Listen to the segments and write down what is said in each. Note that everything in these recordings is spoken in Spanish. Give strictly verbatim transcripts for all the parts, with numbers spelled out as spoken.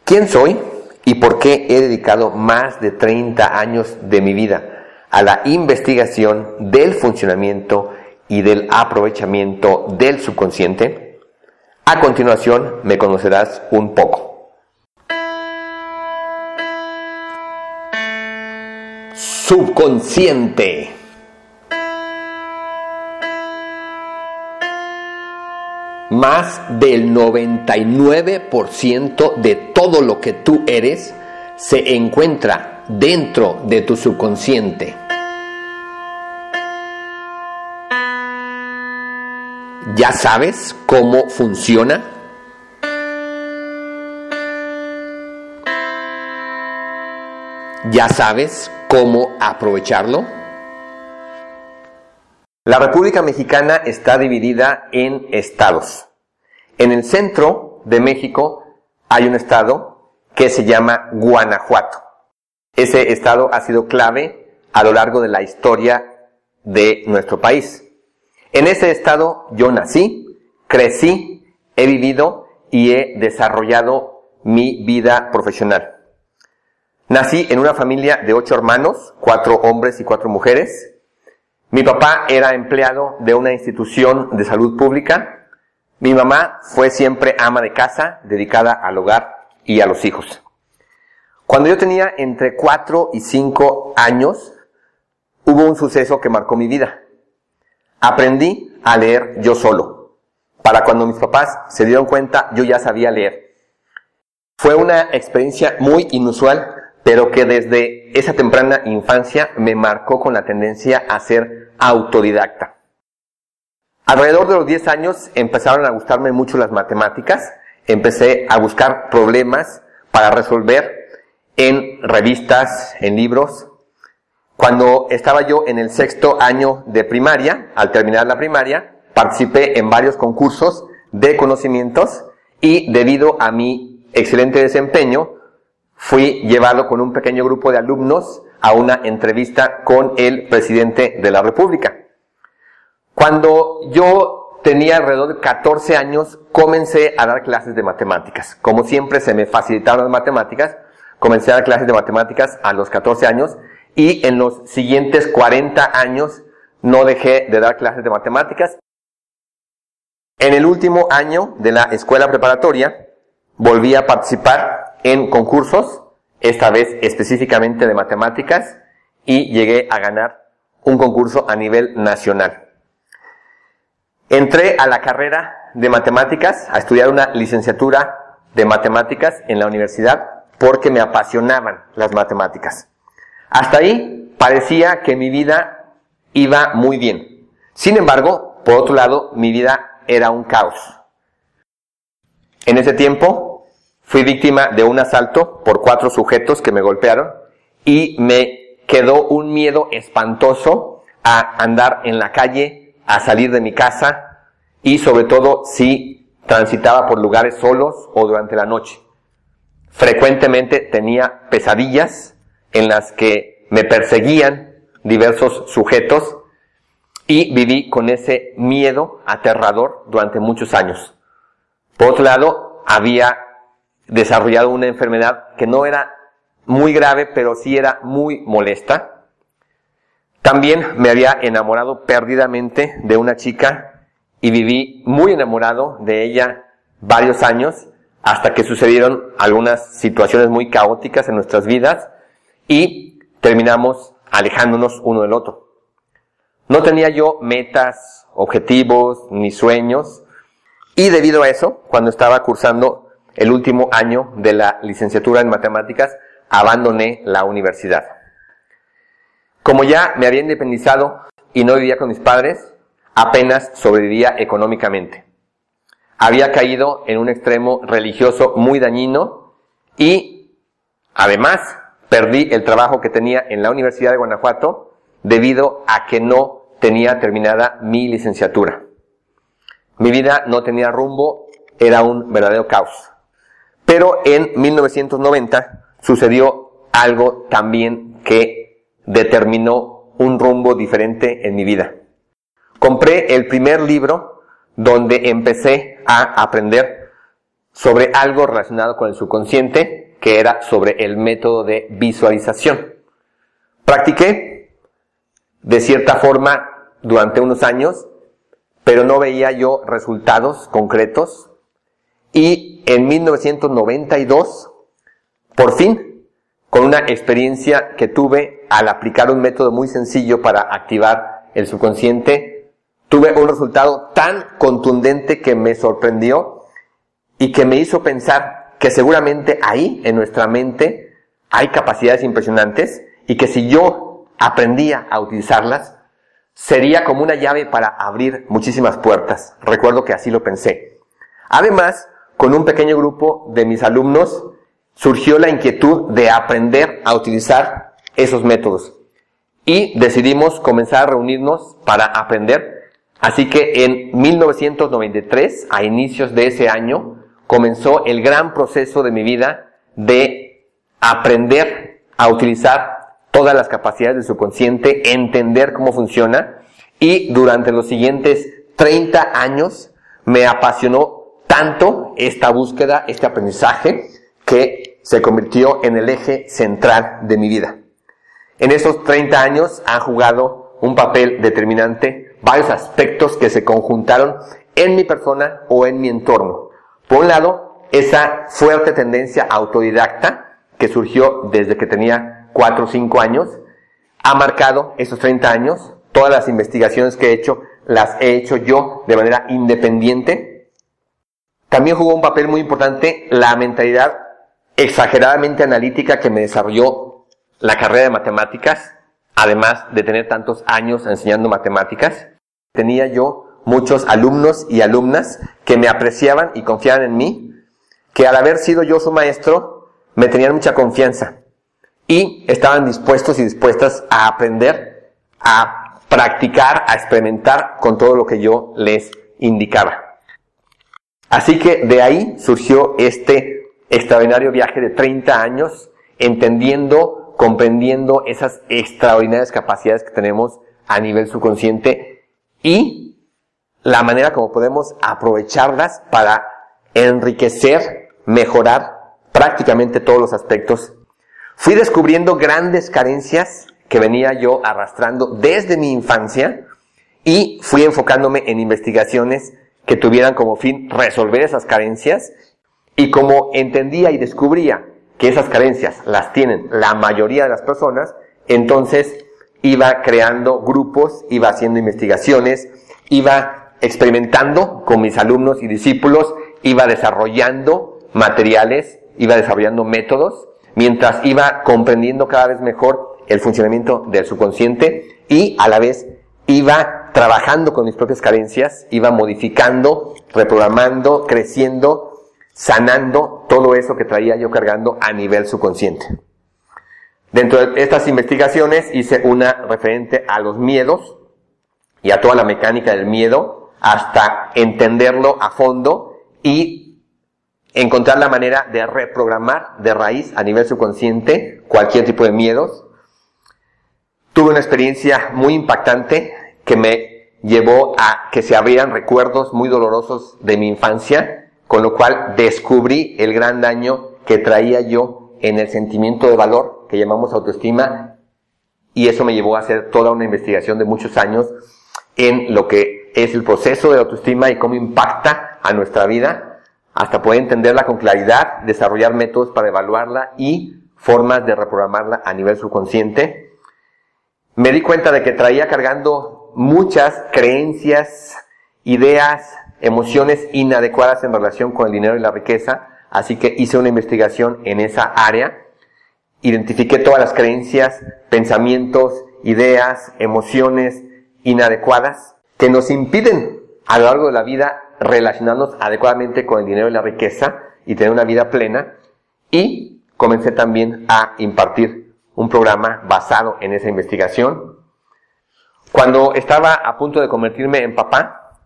¿Quién soy y por qué he dedicado más de treinta años de mi vida a la investigación del funcionamiento y del aprovechamiento del subconsciente? A continuación me conocerás un poco. Subconsciente. Más del noventa y nueve por ciento de todo lo que tú eres se encuentra dentro de tu subconsciente. ¿Ya sabes cómo funciona? ¿Ya sabes cómo aprovecharlo? La República Mexicana está dividida en estados. En el centro de México hay un estado que se llama Guanajuato. Ese estado ha sido clave a lo largo de la historia de nuestro país. En ese estado yo nací, crecí, he vivido y he desarrollado mi vida profesional. Nací en una familia de ocho hermanos, cuatro hombres y cuatro mujeres. Mi papá era empleado de una institución de salud pública. Mi mamá fue siempre ama de casa, dedicada al hogar y a los hijos. Cuando yo tenía entre cuatro y cinco años, hubo un suceso que marcó mi vida. Aprendí a leer yo solo. Para cuando mis papás se dieron cuenta, yo ya sabía leer. Fue una experiencia muy inusual, pero que desde esa temprana infancia me marcó con la tendencia a ser autodidacta. Alrededor de los diez años empezaron a gustarme mucho las matemáticas. Empecé a buscar problemas para resolver en revistas, en libros. Cuando estaba yo en el sexto año de primaria, al terminar la primaria, participé en varios concursos de conocimientos y debido a mi excelente desempeño, fui llevado con un pequeño grupo de alumnos a una entrevista con el presidente de la República. Cuando yo tenía alrededor de catorce años, comencé a dar clases de matemáticas. Como siempre se me facilitaron las matemáticas, comencé a dar clases de matemáticas a los catorce años y en los siguientes cuarenta años no dejé de dar clases de matemáticas. En el último año de la escuela preparatoria volví a participar en concursos, esta vez específicamente de matemáticas, y llegué a ganar un concurso a nivel nacional. Entré a la carrera de matemáticas, a estudiar una licenciatura de matemáticas en la universidad, porque me apasionaban las matemáticas. Hasta ahí parecía que mi vida iba muy bien. Sin embargo, por otro lado, mi vida era un caos. En ese tiempo fui víctima de un asalto por cuatro sujetos que me golpearon y me quedó un miedo espantoso a andar en la calle, a salir de mi casa y sobre todo si transitaba por lugares solos o durante la noche. Frecuentemente tenía pesadillas en las que me perseguían diversos sujetos y viví con ese miedo aterrador durante muchos años. Por otro lado, había desarrollado una enfermedad que no era muy grave, pero sí era muy molesta. También me había enamorado perdidamente de una chica y viví muy enamorado de ella varios años hasta que sucedieron algunas situaciones muy caóticas en nuestras vidas y terminamos alejándonos uno del otro. No tenía yo metas, objetivos ni sueños y debido a eso, cuando estaba cursando el último año de la licenciatura en matemáticas, abandoné la universidad. Como ya me había independizado y no vivía con mis padres, apenas sobrevivía económicamente. Había caído en un extremo religioso muy dañino y, además, perdí el trabajo que tenía en la Universidad de Guanajuato debido a que no tenía terminada mi licenciatura. Mi vida no tenía rumbo, era un verdadero caos. Pero en mil novecientos noventa sucedió algo también que determinó un rumbo diferente en mi vida. Compré el primer libro donde empecé a aprender sobre algo relacionado con el subconsciente, que era sobre el método de visualización. Practiqué de cierta forma durante unos años, pero no veía yo resultados concretos. Y en mil novecientos noventa y dos, por fin, con una experiencia que tuve al aplicar un método muy sencillo para activar el subconsciente, tuve un resultado tan contundente que me sorprendió y que me hizo pensar que seguramente ahí, en nuestra mente, hay capacidades impresionantes y que si yo aprendía a utilizarlas, sería como una llave para abrir muchísimas puertas. Recuerdo que así lo pensé. Además, con un pequeño grupo de mis alumnos, surgió la inquietud de aprender a utilizar esos métodos. Y decidimos comenzar a reunirnos para aprender. Así que en mil novecientos noventa y tres, a inicios de ese año, comenzó el gran proceso de mi vida de aprender a utilizar todas las capacidades del subconsciente, entender cómo funciona, y durante los siguientes treinta años me apasionó tanto esta búsqueda, este aprendizaje, que se convirtió en el eje central de mi vida. En esos treinta años han jugado un papel determinante varios aspectos que se conjuntaron en mi persona o en mi entorno. Por un lado, esa fuerte tendencia autodidacta que surgió desde que tenía cuatro o cinco años, ha marcado esos treinta años. Todas las investigaciones que he hecho, las he hecho yo de manera independiente. También jugó un papel muy importante la mentalidad exageradamente analítica que me desarrolló la carrera de matemáticas, además de tener tantos años enseñando matemáticas. Tenía yo muchos alumnos y alumnas que me apreciaban y confiaban en mí, que al haber sido yo su maestro, me tenían mucha confianza y estaban dispuestos y dispuestas a aprender, a practicar, a experimentar con todo lo que yo les indicaba. Así que de ahí surgió este extraordinario viaje de treinta años, entendiendo, comprendiendo esas extraordinarias capacidades que tenemos a nivel subconsciente y la manera como podemos aprovecharlas para enriquecer, mejorar prácticamente todos los aspectos. Fui descubriendo grandes carencias que venía yo arrastrando desde mi infancia y fui enfocándome en investigaciones que tuvieran como fin resolver esas carencias, y como entendía y descubría que esas carencias las tienen la mayoría de las personas, entonces iba creando grupos, iba haciendo investigaciones, iba experimentando con mis alumnos y discípulos, iba desarrollando materiales, iba desarrollando métodos, mientras iba comprendiendo cada vez mejor el funcionamiento del subconsciente y a la vez iba trabajando con mis propias carencias, iba modificando, reprogramando, creciendo, sanando todo eso que traía yo cargando a nivel subconsciente. Dentro de estas investigaciones hice una referente a los miedos y a toda la mecánica del miedo hasta entenderlo a fondo y encontrar la manera de reprogramar de raíz a nivel subconsciente cualquier tipo de miedos. Tuve una experiencia muy impactante que me llevó a que se abrieran recuerdos muy dolorosos de mi infancia, con lo cual descubrí el gran daño que traía yo en el sentimiento de valor que llamamos autoestima, y eso me llevó a hacer toda una investigación de muchos años en lo que es el proceso de autoestima y cómo impacta a nuestra vida, hasta poder entenderla con claridad, desarrollar métodos para evaluarla y formas de reprogramarla a nivel subconsciente. Me di cuenta de que traía cargando muchas creencias, ideas, emociones inadecuadas en relación con el dinero y la riqueza, así que hice una investigación en esa área, identifiqué todas las creencias, pensamientos, ideas, emociones inadecuadas que nos impiden a lo largo de la vida relacionarnos adecuadamente con el dinero y la riqueza y tener una vida plena, y comencé también a impartir un programa basado en esa investigación. Cuando estaba a punto de convertirme en papá,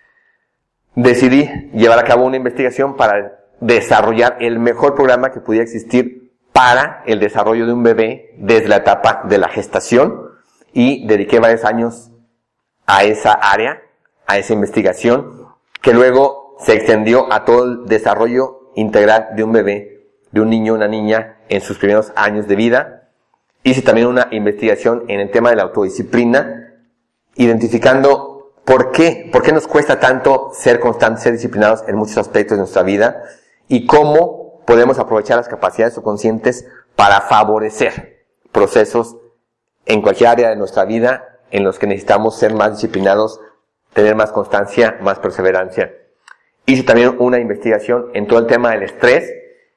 decidí llevar a cabo una investigación para desarrollar el mejor programa que pudiera existir para el desarrollo de un bebé desde la etapa de la gestación, y dediqué varios años a esa área, a esa investigación, que luego se extendió a todo el desarrollo integral de un bebé, de un niño o una niña en sus primeros años de vida. Hice también una investigación en el tema de la autodisciplina, identificando por qué, por qué nos cuesta tanto ser constantes, ser disciplinados en muchos aspectos de nuestra vida y cómo podemos aprovechar las capacidades subconscientes para favorecer procesos en cualquier área de nuestra vida en los que necesitamos ser más disciplinados, tener más constancia, más perseverancia. Hice también una investigación en todo el tema del estrés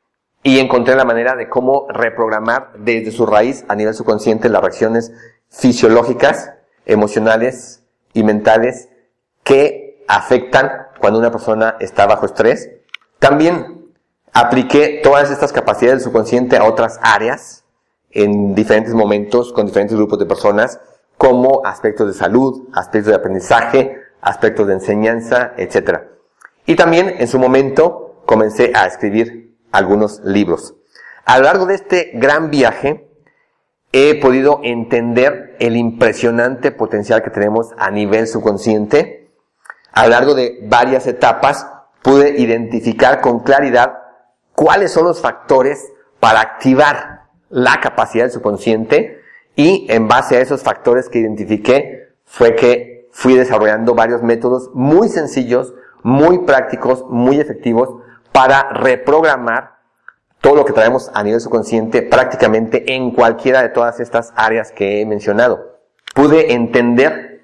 y encontré la manera de cómo reprogramar desde su raíz a nivel subconsciente las reacciones fisiológicas, emocionales y mentales que afectan cuando una persona está bajo estrés. También apliqué todas estas capacidades del subconsciente a otras áreas en diferentes momentos con diferentes grupos de personas, como aspectos de salud, aspectos de aprendizaje, aspectos de enseñanza, etcétera. Y también en su momento comencé a escribir algunos libros. A lo largo de este gran viaje he podido entender el impresionante potencial que tenemos a nivel subconsciente. A lo largo de varias etapas pude identificar con claridad cuáles son los factores para activar la capacidad del subconsciente, y en base a esos factores que identifiqué fue que fui desarrollando varios métodos muy sencillos, muy prácticos, muy efectivos para reprogramar todo lo que traemos a nivel subconsciente prácticamente en cualquiera de todas estas áreas que he mencionado. Pude entender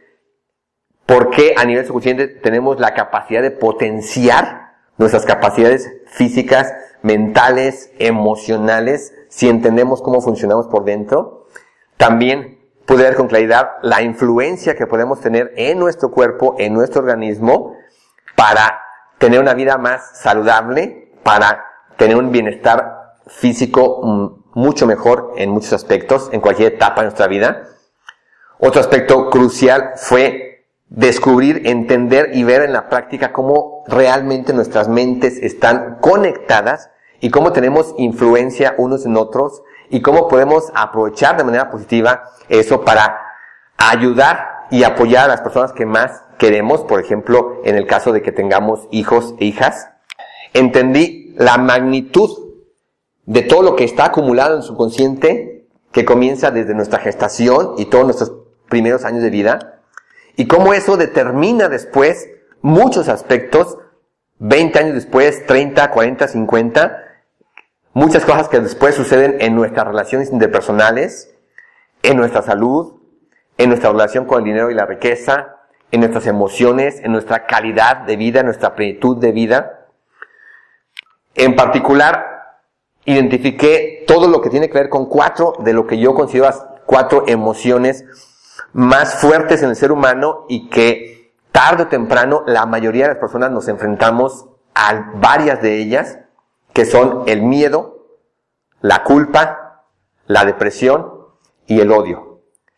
por qué a nivel subconsciente tenemos la capacidad de potenciar nuestras capacidades físicas, mentales, emocionales, si entendemos cómo funcionamos por dentro. También pude ver con claridad la influencia que podemos tener en nuestro cuerpo, en nuestro organismo, para tener una vida más saludable, para tener un bienestar físico mucho mejor en muchos aspectos, en cualquier etapa de nuestra vida. Otro aspecto crucial fue descubrir, entender y ver en la práctica cómo realmente nuestras mentes están conectadas y cómo tenemos influencia unos en otros y cómo podemos aprovechar de manera positiva eso para ayudar y apoyar a las personas que más queremos, por ejemplo, en el caso de que tengamos hijos e hijas. Entendí la magnitud de todo lo que está acumulado en el subconsciente, que comienza desde nuestra gestación y todos nuestros primeros años de vida, y cómo eso determina después muchos aspectos, veinte años después, treinta, cuarenta, cincuenta, muchas cosas que después suceden en nuestras relaciones interpersonales, en nuestra salud, en nuestra relación con el dinero y la riqueza, en nuestras emociones, en nuestra calidad de vida, en nuestra plenitud de vida. En particular, identifiqué todo lo que tiene que ver con cuatro de lo que yo considero las cuatro emociones más fuertes en el ser humano y que tarde o temprano la mayoría de las personas nos enfrentamos a varias de ellas, que son el miedo, la culpa, la depresión y el odio.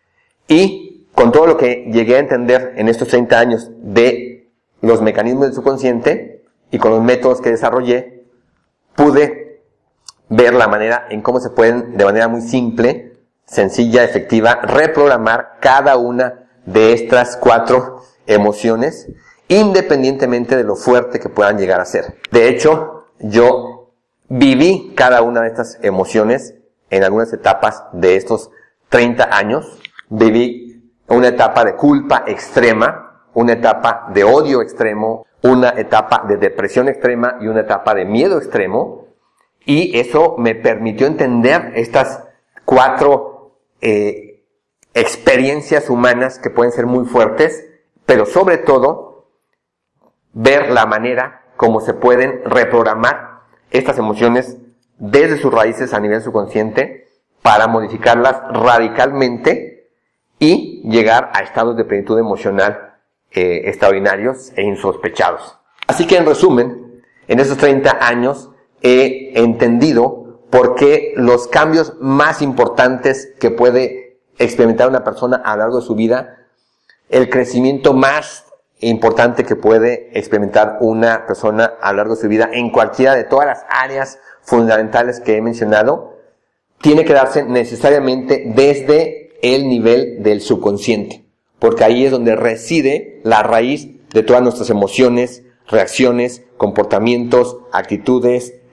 Y con todo lo que llegué a entender en estos treinta años de los mecanismos del subconsciente y con los métodos que desarrollé, pude ver la manera en cómo se pueden, de manera muy simple, sencilla, efectiva, reprogramar cada una de estas cuatro emociones, independientemente de lo fuerte que puedan llegar a ser. De hecho, yo viví cada una de estas emociones en algunas etapas de estos treinta años. Viví una etapa de culpa extrema, una etapa de odio extremo, una etapa de depresión extrema y una etapa de miedo extremo. Y eso me permitió entender estas cuatro eh, experiencias humanas que pueden ser muy fuertes, pero sobre todo ver la manera como se pueden reprogramar estas emociones desde sus raíces a nivel subconsciente para modificarlas radicalmente y llegar a estados de plenitud emocional eh, extraordinarios e insospechados. Así que en resumen, en estos treinta años he entendido por qué los cambios más importantes que puede experimentar una persona a lo largo de su vida, el crecimiento más importante que puede experimentar una persona a lo largo de su vida en cualquiera de todas las áreas fundamentales que he mencionado, tiene que darse necesariamente desde el nivel del subconsciente, porque ahí es donde reside la raíz de todas nuestras emociones, reacciones, comportamientos, actitudes,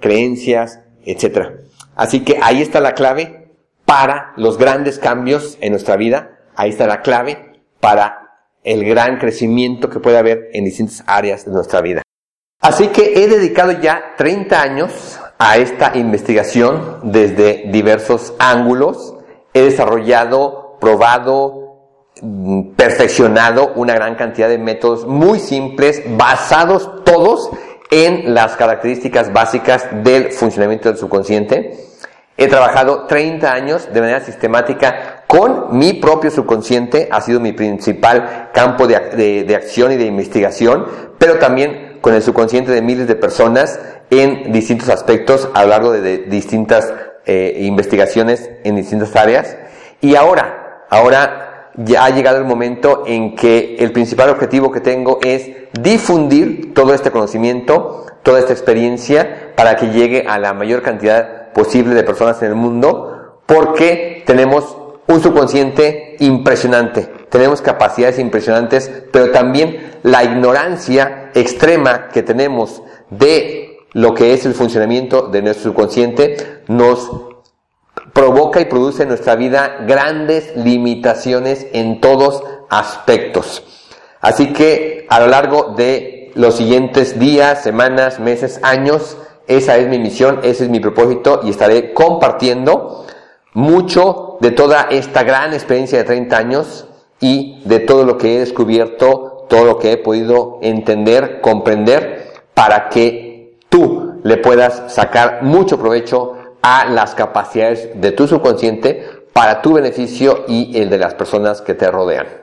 creencias, etcétera. Así que ahí está la clave para los grandes cambios en nuestra vida. Ahí está la clave para el gran crecimiento que puede haber en distintas áreas de nuestra vida. Así que he dedicado ya treinta años a esta investigación desde diversos ángulos. He desarrollado, probado, perfeccionado una gran cantidad de métodos muy simples, basados todos en las características básicas del funcionamiento del subconsciente. He trabajado treinta años de manera sistemática con mi propio subconsciente, ha sido mi principal campo de, de, de acción y de investigación, pero también con el subconsciente de miles de personas en distintos aspectos a lo largo de, de distintas eh, investigaciones en distintas áreas. Y ahora, ahora ya ha llegado el momento en que el principal objetivo que tengo es difundir todo este conocimiento, toda esta experiencia, para que llegue a la mayor cantidad posible de personas en el mundo, porque tenemos un subconsciente impresionante, tenemos capacidades impresionantes, pero también la ignorancia extrema que tenemos de lo que es el funcionamiento de nuestro subconsciente nos provoca y produce en nuestra vida grandes limitaciones en todos aspectos. Así que a lo largo de los siguientes días, semanas, meses, años, esa es mi misión, ese es mi propósito, y estaré compartiendo mucho de toda esta gran experiencia de treinta años y de todo lo que he descubierto, todo lo que he podido entender, comprender, para que tú le puedas sacar mucho provecho a las capacidades de tu subconsciente para tu beneficio y el de las personas que te rodean.